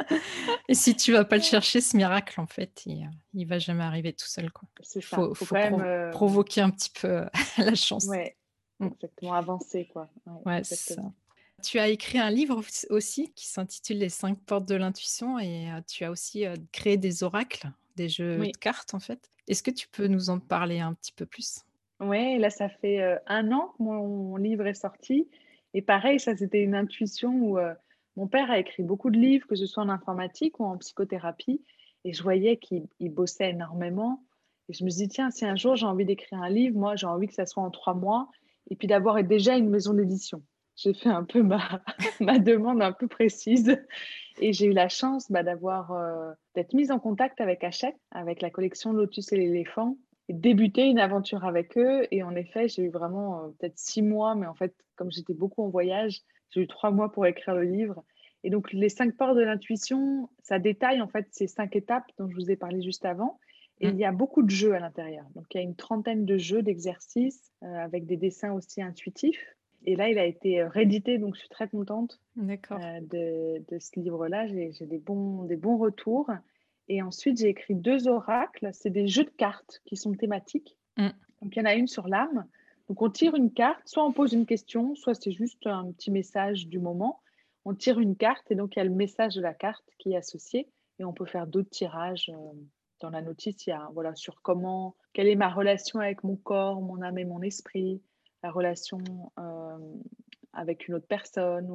Speaker 1: et si tu vas pas le chercher ce miracle, en fait, il, heu, il va jamais arriver tout seul, quoi.
Speaker 2: C'est
Speaker 1: Il
Speaker 2: ça,
Speaker 1: faut
Speaker 2: faut
Speaker 1: faut
Speaker 2: quand même,
Speaker 1: prov
Speaker 2: hem,
Speaker 1: provoquer un petit peu, la chance.
Speaker 2: ouais,
Speaker 1: Mmh,
Speaker 2: exactement, avancer quoi. Ouais,
Speaker 1: ouais, c'est ça.
Speaker 2: exactement.
Speaker 1: Tu as écrit un livre auss aussi qui s'intitule «Les cinq portes de l'intuition» et heu, tu as aussi, heu, créé des oracles, des jeux de
Speaker 2: Oui,
Speaker 1: cartes, en fait. Est-ce que tu peux nous en parler un petit peu plus?
Speaker 2: ouais, là, ça fait, heu, un an que mon livre est sorti et pareil, ça, c'était une intuition où, heu, mon père a écrit beaucoup de livres, que ce soit en informatique ou en psychothérapie et je voyais qu'il il bossait énormément et je me suis dit: «Tiens, si un jour j'ai envie d'écrire un livre, moi, j'ai envie que ça soit en trois mois et puis d'avoir déjà une maison d'édition». J'ai fait un peu ma ma demande un peu précise et j'ai eu la chance, bah, d'avoir, heu, d'être mise en contact avec Hachette, avec la collection Lotus et l'éléphant et débuter une aventure avec eux et en effet, j'ai eu vraiment, heu, peut-être six mois, mais en fait, comme j'étais beaucoup en voyage, j'ai eu trois mois pour écrire le livre et donc les cinq portes de l'intuition, ça détaille en fait ces cinq étapes dont je vous ai parlé juste avant et
Speaker 1: Mmh,
Speaker 2: il y a beaucoup de jeux à l'intérieur. Donc il y a une trentaine de jeux, d'exercices, heu, avec des dessins aussi intuitifs et là, il a été, heu, réédité, donc je suis très contente
Speaker 1: d'accord.
Speaker 2: heu, de de ce livre-là. J'ai j'ai des bons des bons retours et ensuite j'ai écrit deux oracles. C'est des jeux de cartes qui sont thématiques.
Speaker 1: Mmh,
Speaker 2: Donc il y en a une sur l'âme. Donc on tire une carte, soit on pose une question, soit c'est juste un petit message du moment. On tire une carte et donc il y a le message de la carte qui est associé et on peut faire d'autres tirages, heu, dans la notice, il y a voilà, sur comment quelle est ma relation avec mon corps, mon âme et mon esprit, la relation, hem, avec une autre personne ou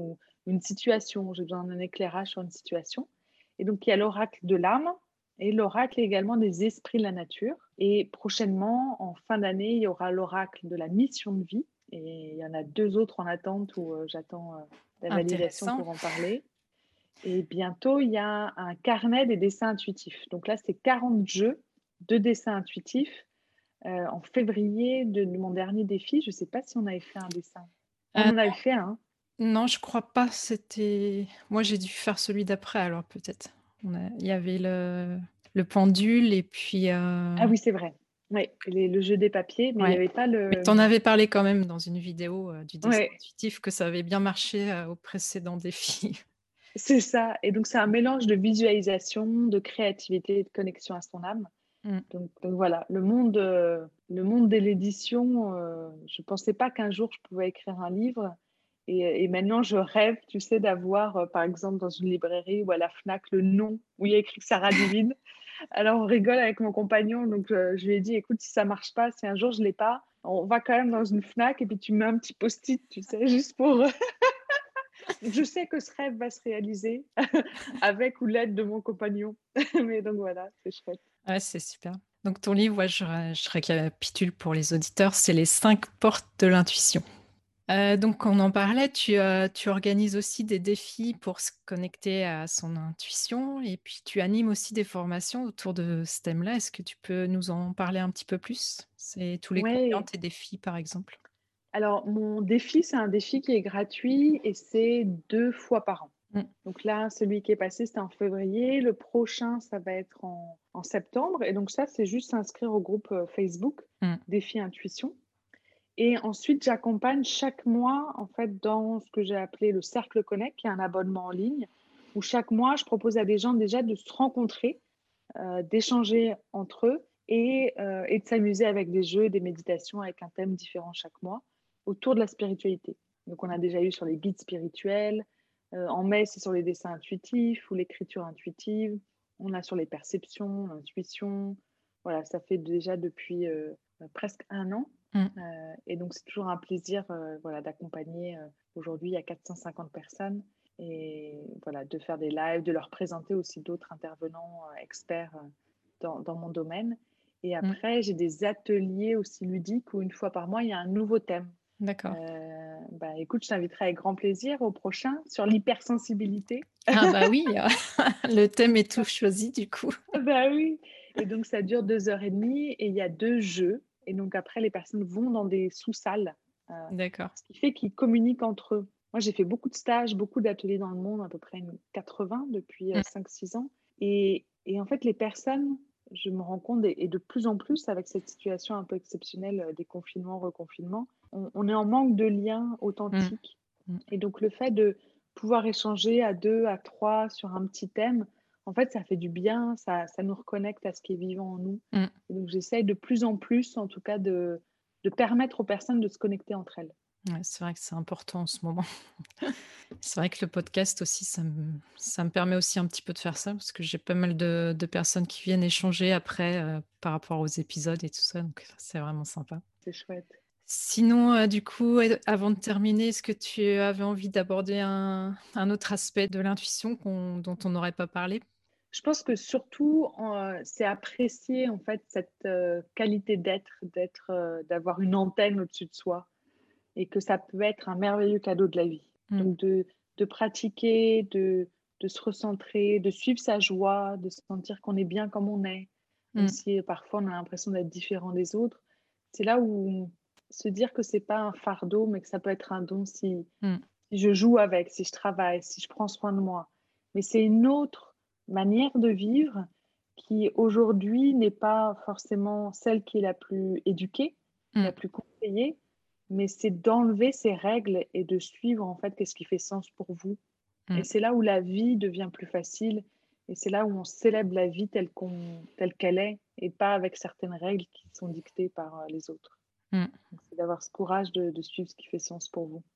Speaker 2: une situation, j'ai besoin d'un éclairage sur une situation. Et donc, il y a l'oracle de l'âme et l'oracle également des esprits de la nature. Et prochainement, en fin d'année, il y aura l'oracle de la mission de vie. Et il y en a deux autres en attente où euh, j'attends euh, la validation
Speaker 1: Intéressant.
Speaker 2: pour en parler. Et bientôt, il y a un carnet des dessins intuitifs. Donc là, c'est quarante jeux de dessins intuitifs euh, en février de, de mon dernier défi. Je ne sais pas si on avait fait un dessin. On
Speaker 1: Euh,
Speaker 2: en avait fait un.
Speaker 1: non, je crois pas. C'était. Moi, j'ai dû faire celui d'après, alors peut-être. On a- Il y avait le, le pendule et puis. euh,
Speaker 2: Ah oui, c'est vrai. Oui, les- le jeu des papiers, mais il n'y
Speaker 1: Ouais.
Speaker 2: avait pas
Speaker 1: Mais
Speaker 2: le.
Speaker 1: tu en avais parlé quand même dans une vidéo euh, du dessin
Speaker 2: Ouais,
Speaker 1: intuitif que ça avait bien marché euh, au précédent défi.
Speaker 2: c'est ça. Et donc, c'est un mélange de visualisation, de créativité et de connexion à son âme.
Speaker 1: Mm.
Speaker 2: Donc, donc voilà, le monde, euh, le monde de l'édition, euh, je ne pensais pas qu'un jour je pouvais écrire un livre. Et, et maintenant, je rêve, tu sais, d'avoir, euh, par exemple, dans une librairie ou à la Fnac, le nom où il y a écrit Sarah Divine. Alors, on rigole avec mon compagnon. Donc, euh, je lui ai dit, écoute, si ça marche pas, si un jour je l'ai pas, on va quand même dans une Fnac et puis tu mets un petit post-it, tu sais, juste pour. Donc, je sais que ce rêve va se réaliser avec ou l'aide de mon compagnon. Mais donc voilà, c'est chouette.
Speaker 1: Ouais, c'est super. Donc ton livre, ouais, je, je récapitule pour les auditeurs, c'est les cinq portes de l'intuition. Euh, donc on en parlait, tu, euh, tu organises aussi des défis pour se connecter à son intuition et puis tu animes aussi des formations autour de ce thème-là. Est-ce que tu peux nous en parler un petit peu plus? C'est tous les combien
Speaker 2: Ouais.
Speaker 1: tes défis par exemple?
Speaker 2: Alors, mon défi, c'est un défi qui est gratuit et c'est deux fois par an.
Speaker 1: Mm.
Speaker 2: Donc là, celui qui est passé, c'était en février. Le prochain, ça va être en, en septembre. Et donc ça, c'est juste s'inscrire au groupe euh, Facebook
Speaker 1: Mm.
Speaker 2: Défi Intuition. Et ensuite, j'accompagne chaque mois, en fait, dans ce que j'ai appelé le Cercle Connect, qui est un abonnement en ligne, où chaque mois, je propose à des gens déjà de se rencontrer, euh, d'échanger entre eux et, euh, et de s'amuser avec des jeux, des méditations avec un thème différent chaque mois autour de la spiritualité. Donc, on a déjà eu sur les guides spirituels. Euh, en mai, c'est sur les dessins intuitifs ou l'écriture intuitive. On a sur les perceptions, l'intuition. Voilà, ça fait déjà depuis euh, presque un an.
Speaker 1: Mm.
Speaker 2: Euh, et donc, c'est toujours un plaisir euh, voilà, d'accompagner. Euh, aujourd'hui, il y a quatre cent cinquante personnes et voilà, de faire des lives, de leur présenter aussi d'autres intervenants euh, experts euh, dans, dans, mon domaine. Et
Speaker 1: Mm.
Speaker 2: après, j'ai des ateliers aussi ludiques où une fois par mois, il y a un nouveau thème.
Speaker 1: D'accord.
Speaker 2: Euh, bah, écoute, je t'inviterai avec grand plaisir au prochain sur l'hypersensibilité.
Speaker 1: Ah bah oui, le thème est tout choisi du coup.
Speaker 2: Bah oui. Et donc, ça dure deux heures et demie et il y a deux jeux. Et donc, après, les personnes vont dans des sous-salles, euh,
Speaker 1: D'accord.
Speaker 2: ce qui fait qu'ils communiquent entre eux. Moi, j'ai fait beaucoup de stages, beaucoup d'ateliers dans le monde, à peu près une quatre-vingts depuis
Speaker 1: Mm.
Speaker 2: cinq six ans. Et, et, en fait, les personnes, je me rends compte, et, et de plus en plus avec cette situation un peu exceptionnelle des confinements, reconfinements, on, on est en manque de liens
Speaker 1: Mm.
Speaker 2: authentiques.
Speaker 1: Mm.
Speaker 2: Et donc, le fait de pouvoir échanger à deux, à trois sur un petit thème, en fait, ça fait du bien, ça, ça nous reconnecte à ce qui est vivant en nous.
Speaker 1: Mm.
Speaker 2: Et donc, j'essaye de plus en plus, en tout cas, de, de permettre aux personnes de se connecter entre elles.
Speaker 1: Ouais, c'est vrai que c'est important en ce moment. C'est vrai que le podcast aussi, ça me, ça me permet aussi un petit peu de faire ça, parce que j'ai pas mal de, de personnes qui viennent échanger après euh, par rapport aux épisodes et tout ça, donc c'est vraiment sympa.
Speaker 2: C'est chouette.
Speaker 1: Sinon, euh, du coup, euh, avant de terminer, est-ce que tu avais envie d'aborder un, un autre aspect de l'intuition qu'on- dont on n'aurait pas parlé?
Speaker 2: Je pense que surtout, euh, c'est apprécier en fait cette euh, qualité d'être, d'être, euh, d'avoir une antenne au-dessus de soi, et que ça peut être un merveilleux cadeau de la vie.
Speaker 1: Mm.
Speaker 2: Donc de, de pratiquer, de, de se recentrer, de suivre sa joie, de sentir qu'on est bien comme on est, même
Speaker 1: Mm.
Speaker 2: si euh, parfois on a l'impression d'être différent des autres. C'est là où se dire que c'est pas un fardeau, mais que ça peut être un don si,
Speaker 1: Mm.
Speaker 2: si je joue avec, si je travaille, si je prends soin de moi. Mais c'est une autre manière de vivre qui aujourd'hui n'est pas forcément celle qui est la plus éduquée,
Speaker 1: Mm.
Speaker 2: la plus conseillée, mais c'est d'enlever ces règles et de suivre en fait qu'est-ce qui fait sens pour vous. Et
Speaker 1: Mm.
Speaker 2: c'est là où la vie devient plus facile et c'est là où on célèbre la vie telle qu'on, telle qu'elle est et pas avec certaines règles qui sont dictées par euh, les autres.
Speaker 1: Mm.
Speaker 2: Donc, c'est d'avoir ce courage de, de suivre ce qui fait sens pour vous.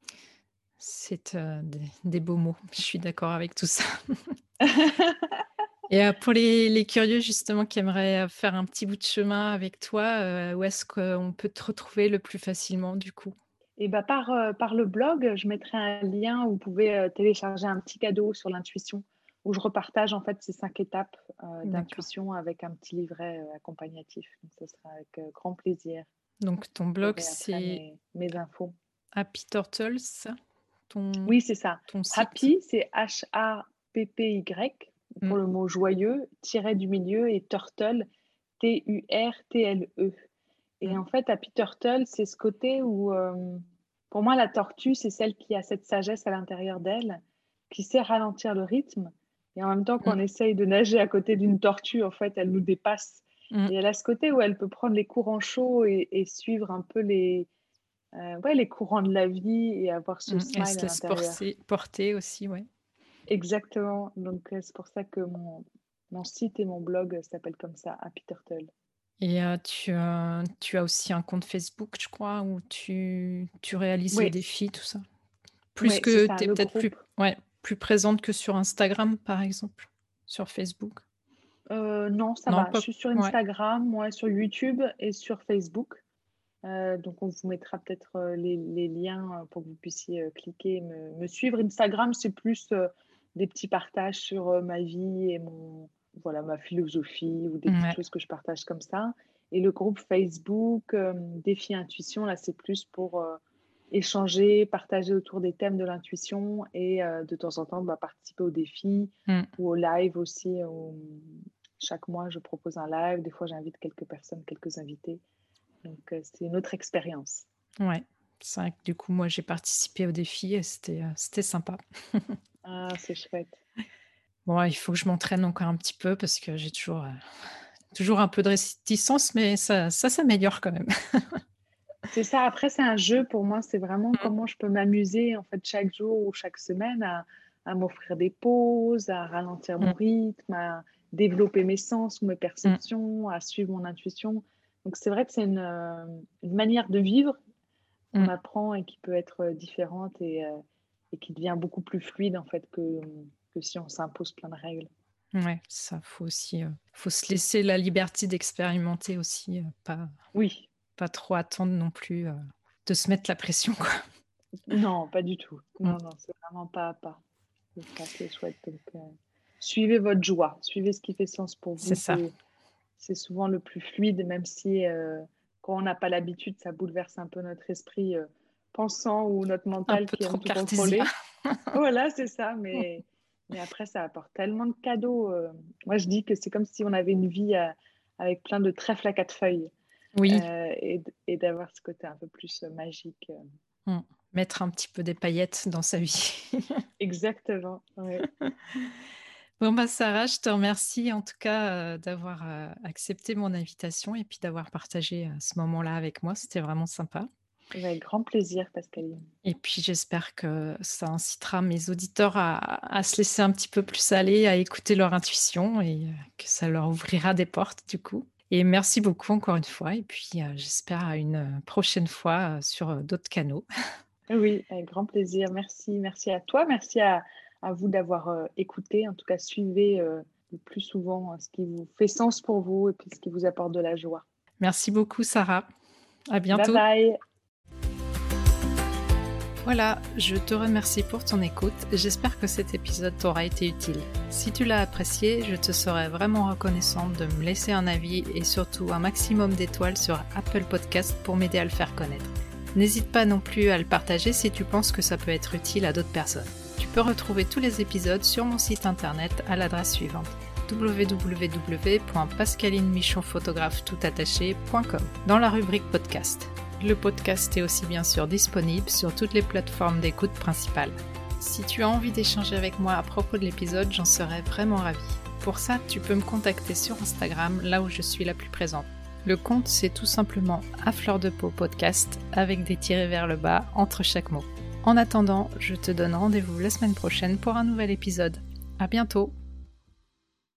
Speaker 1: C'est euh, des, des beaux mots, je suis d'accord avec tout ça. Et euh, pour les, les curieux justement qui aimeraient faire un petit bout de chemin avec toi, euh, où est-ce qu'on peut te retrouver le plus facilement du coup?
Speaker 2: Et bah, par, heu, par le blog, je mettrai un lien où vous pouvez, heu, télécharger un petit cadeau sur l'intuition, où je repartage en fait ces cinq étapes, heu,
Speaker 1: D'accord.
Speaker 2: d'intuition avec un petit livret, heu, accompagnatif. Donc ce sera avec, heu, grand plaisir.
Speaker 1: Donc ton
Speaker 2: Vous
Speaker 1: blog,
Speaker 2: aurez après
Speaker 1: c'est
Speaker 2: mes mes infos.
Speaker 1: Happy Turtles, ça? Ton
Speaker 2: Oui, c'est ça.
Speaker 1: ton site?
Speaker 2: Happy, c'est H A P P Y
Speaker 1: Mmh.
Speaker 2: pour le mot joyeux, tiret du milieu et turtle, T U R T L E.
Speaker 1: Mmh.
Speaker 2: Et en fait, Happy Turtle, c'est ce côté où, hem, pour moi, la tortue, c'est celle qui a cette sagesse à l'intérieur d'elle, qui sait ralentir le rythme et en même temps, quand
Speaker 1: Mmh.
Speaker 2: on essaye de nager à côté d'une tortue, en fait, elle nous dépasse
Speaker 1: Mmh.
Speaker 2: et elle a ce côté où elle peut prendre les courants chauds et et suivre un peu les, heu, ouais, les courants de la vie et avoir ce
Speaker 1: Mmh. Elle
Speaker 2: smile
Speaker 1: se
Speaker 2: à
Speaker 1: laisse
Speaker 2: l'intérieur.
Speaker 1: porter porter aussi, ouais.
Speaker 2: Exactement, donc heu, c'est pour ça que mon mon site et mon blog, heu, s'appellent comme ça, Happy Turtle.
Speaker 1: Et heu, tu as tu as aussi un compte Facebook, je crois, où tu tu réalises les
Speaker 2: Oui,
Speaker 1: défis, tout ça? Plus
Speaker 2: oui, c'est
Speaker 1: que
Speaker 2: ça,
Speaker 1: tu es
Speaker 2: le
Speaker 1: peut-être plus
Speaker 2: groupe.
Speaker 1: ouais, plus présente que sur Instagram, par exemple? Sur Facebook?
Speaker 2: Heu, non, ça
Speaker 1: Non,
Speaker 2: va. Je
Speaker 1: pas
Speaker 2: suis sur
Speaker 1: ouais.
Speaker 2: Instagram, moi, sur YouTube et sur Facebook. Heu, donc on vous mettra peut-être, heu, les les liens, heu, pour que vous puissiez, heu, cliquer et me me suivre. Instagram, c'est plus, heu, des petits partages sur, heu, ma vie et mon voilà, ma philosophie ou des petites
Speaker 1: Ouais.
Speaker 2: choses que je partage comme ça. Et le groupe Facebook, hem, Défi Intuition, là, c'est plus pour, heu, échanger, partager autour des thèmes de l'intuition et heu, de temps en temps, bah, participer aux défis
Speaker 1: Mmh.
Speaker 2: ou aux lives aussi où, chaque mois, je propose un live. Des fois, j'invite quelques personnes, quelques invités. Donc, heu, c'est une autre expérience.
Speaker 1: Ouais. C'est vrai que du coup, moi, j'ai participé au défi et c'était, heu, c'était sympa.
Speaker 2: Ah, c'est chouette.
Speaker 1: Bon, il faut que je m'entraîne encore un petit peu parce que j'ai toujours, heu, toujours un peu de réticence, mais ça ça s'améliore quand même.
Speaker 2: C'est ça, après c'est un jeu pour moi, c'est vraiment
Speaker 1: Mmh.
Speaker 2: comment je peux m'amuser en fait chaque jour ou chaque semaine à à m'offrir des pauses, à ralentir
Speaker 1: Mmh.
Speaker 2: mon rythme, à développer mes sens ou mes
Speaker 1: Mmh.
Speaker 2: perceptions, à suivre mon intuition. Donc c'est vrai que c'est une, heu, une manière de vivre qu'on
Speaker 1: Mmh.
Speaker 2: apprend et qui peut être, heu, différente et heu et qui devient beaucoup plus fluide en fait que que si on s'impose plein de règles.
Speaker 1: Ouais, ça, faut aussi, heu, faut se laisser la liberté d'expérimenter aussi, heu, pas
Speaker 2: Oui,
Speaker 1: pas trop attendre non plus, heu, de se mettre la pression, quoi.
Speaker 2: non, pas du tout.
Speaker 1: Mmh.
Speaker 2: Non, non, c'est vraiment pas à pas. C'est ça qui est chouette, donc heu, suivez votre joie, suivez ce qui fait sens pour
Speaker 1: C'est
Speaker 2: vous,
Speaker 1: ça.
Speaker 2: c'est c'est souvent le plus fluide, même si, heu, quand on n'a pas l'habitude, ça bouleverse un peu notre esprit, heu, pensant ou notre
Speaker 1: Un
Speaker 2: mental
Speaker 1: peu
Speaker 2: qui aime
Speaker 1: trop
Speaker 2: tout
Speaker 1: cartésien.
Speaker 2: contrôler. Voilà, c'est ça, mais mais après ça apporte tellement de cadeaux, heu. Moi, je dis que c'est comme si on avait une vie, heu, avec plein de trèfles à quatre feuilles,
Speaker 1: Oui.
Speaker 2: heu et d et d'avoir ce côté un peu plus, heu, magique, heu.
Speaker 1: Mmh. Mettre un petit peu des paillettes dans sa vie.
Speaker 2: Exactement, ouais.
Speaker 1: Bon, bah, Sarah, je te remercie en tout cas, heu, d'avoir, heu, accepté mon invitation et puis d'avoir partagé, heu, ce moment-là avec moi. C'était vraiment sympa
Speaker 2: Avec grand plaisir, Pascaline.
Speaker 1: et puis j'espère que ça incitera mes auditeurs à à se laisser un petit peu plus aller, à écouter leur intuition et heu, que ça leur ouvrira des portes du coup et merci beaucoup encore une fois et puis, heu, j'espère à une, heu, prochaine fois, heu, sur, heu, d'autres canaux.
Speaker 2: Oui, avec grand plaisir. Merci, merci à toi. Merci à à vous d'avoir, heu, écouté. En tout cas, suivez, heu, le plus souvent, heu, ce qui vous fait sens pour vous et puis ce qui vous apporte de la joie.
Speaker 1: Merci beaucoup Sarah. À
Speaker 2: Bye
Speaker 1: bientôt.
Speaker 2: bye.
Speaker 1: Voilà, je te remercie pour ton écoute. J'espère que cet épisode t'aura été utile. Si tu l'as apprécié, je te serais vraiment reconnaissante de me laisser un avis et surtout un maximum d'étoiles sur Apple Podcast pour m'aider à le faire connaître. N'hésite pas non plus à le partager si tu penses que ça peut être utile à d'autres personnes. Tu peux retrouver tous les épisodes sur mon site internet à l'adresse suivante w w w point pascaline michon photographe tout attaché point com dans la rubrique podcast. Le podcast est aussi bien sûr disponible sur toutes les plateformes d'écoute principales. Si tu as envie d'échanger avec moi à propos de l'épisode, j'en serais vraiment ravie. Pour ça, tu peux me contacter sur Instagram, là où je suis la plus présente. Le compte, c'est tout simplement à fleur de peau podcast avec des tirets vers le bas entre chaque mot. En attendant, je te donne rendez-vous la semaine prochaine pour un nouvel épisode. À bientôt!